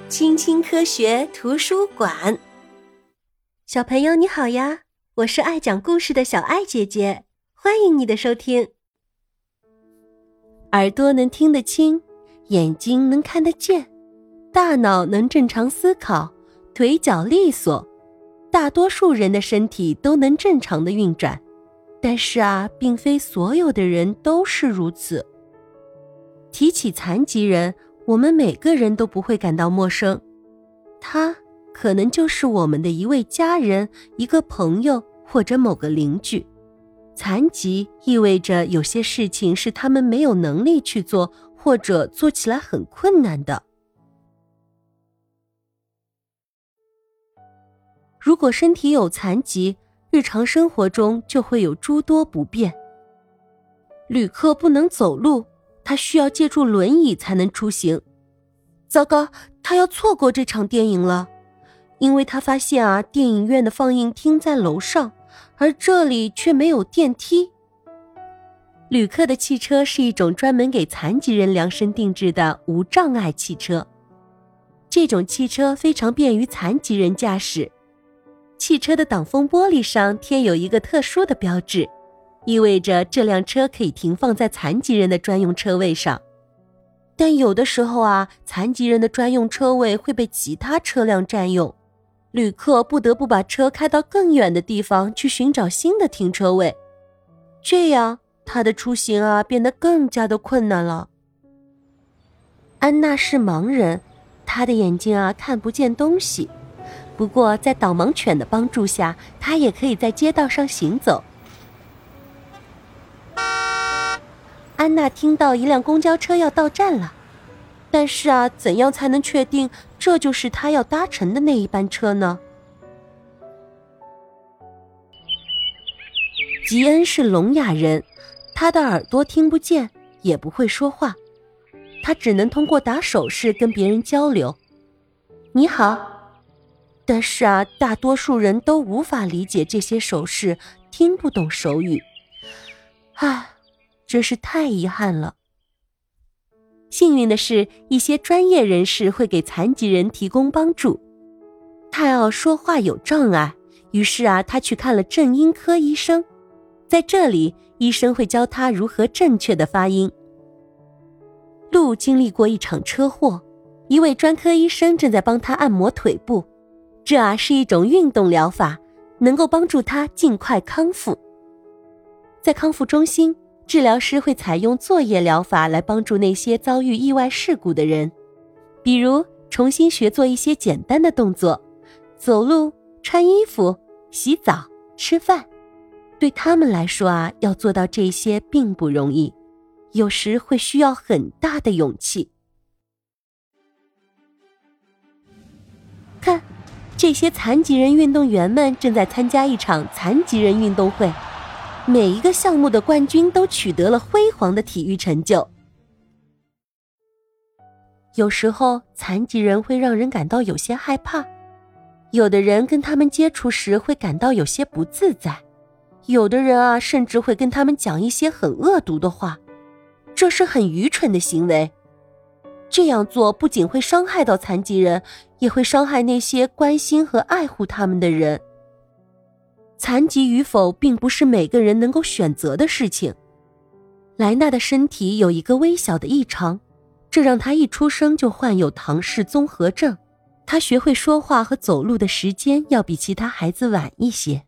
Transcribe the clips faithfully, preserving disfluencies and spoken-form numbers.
青青科学图书馆。小朋友你好呀，我是爱讲故事的小爱姐姐，欢迎你的收听。耳朵能听得清，眼睛能看得见，大脑能正常思考，腿脚利索，大多数人的身体都能正常的运转。但是啊，并非所有的人都是如此。提起残疾人，我们每个人都不会感到陌生，他可能就是我们的一位家人、一个朋友或者某个邻居。残疾意味着有些事情是他们没有能力去做，或者做起来很困难的。如果身体有残疾，日常生活中就会有诸多不便。旅客不能走路，他需要借助轮椅才能出行。糟糕，他要错过这场电影了，因为他发现啊，电影院的放映厅在楼上，而这里却没有电梯。旅客的汽车是一种专门给残疾人量身定制的无障碍汽车，这种汽车非常便于残疾人驾驶。汽车的挡风玻璃上贴有一个特殊的标志，意味着这辆车可以停放在残疾人的专用车位上。但有的时候啊，残疾人的专用车位会被其他车辆占用，旅客不得不把车开到更远的地方去寻找新的停车位，这样他的出行啊变得更加的困难了。安娜是盲人，她的眼睛啊看不见东西，不过在导盲犬的帮助下，她也可以在街道上行走。安娜听到一辆公交车要到站了，但是啊，怎样才能确定这就是她要搭乘的那一班车呢？吉恩是聋哑人，他的耳朵听不见，也不会说话，他只能通过打手势跟别人交流。你好。但是啊，大多数人都无法理解这些手势，听不懂手语。唉，真是太遗憾了。幸运的是，一些专业人士会给残疾人提供帮助。泰奥说话有障碍，于是啊，他去看了正音科医生。在这里，医生会教他如何正确的发音。路经历过一场车祸，一位专科医生正在帮他按摩腿部。这啊是一种运动疗法，能够帮助他尽快康复。在康复中心，治疗师会采用作业疗法来帮助那些遭遇意外事故的人，比如重新学做一些简单的动作，走路、穿衣服、洗澡、吃饭。对他们来说啊，要做到这些并不容易，有时会需要很大的勇气。看，这些残疾人运动员们正在参加一场残疾人运动会，每一个项目的冠军都取得了辉煌的体育成就。有时候，残疾人会让人感到有些害怕，有的人跟他们接触时会感到有些不自在，有的人啊，甚至会跟他们讲一些很恶毒的话，这是很愚蠢的行为。这样做不仅会伤害到残疾人，也会伤害那些关心和爱护他们的人。残疾与否并不是每个人能够选择的事情。莱纳的身体有一个微小的异常，这让他一出生就患有唐氏综合症。他学会说话和走路的时间要比其他孩子晚一些。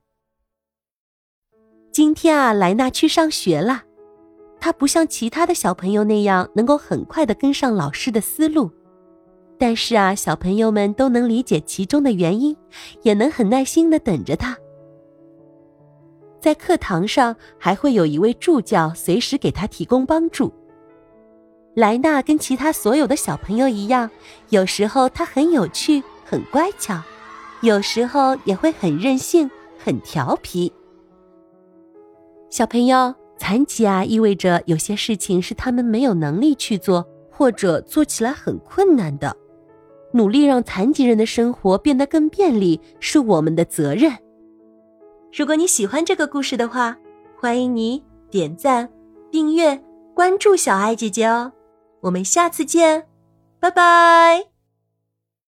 今天啊，莱纳去上学了。他不像其他的小朋友那样能够很快地跟上老师的思路，但是啊，小朋友们都能理解其中的原因，也能很耐心地等着他。在课堂上还会有一位助教随时给他提供帮助。莱纳跟其他所有的小朋友一样，有时候他很有趣，很乖巧，有时候也会很任性，很调皮。小朋友，残疾啊，意味着有些事情是他们没有能力去做，或者做起来很困难的。努力让残疾人的生活变得更便利，是我们的责任。如果你喜欢这个故事的话，欢迎你点赞、订阅、关注小爱姐姐哦。我们下次见，拜拜。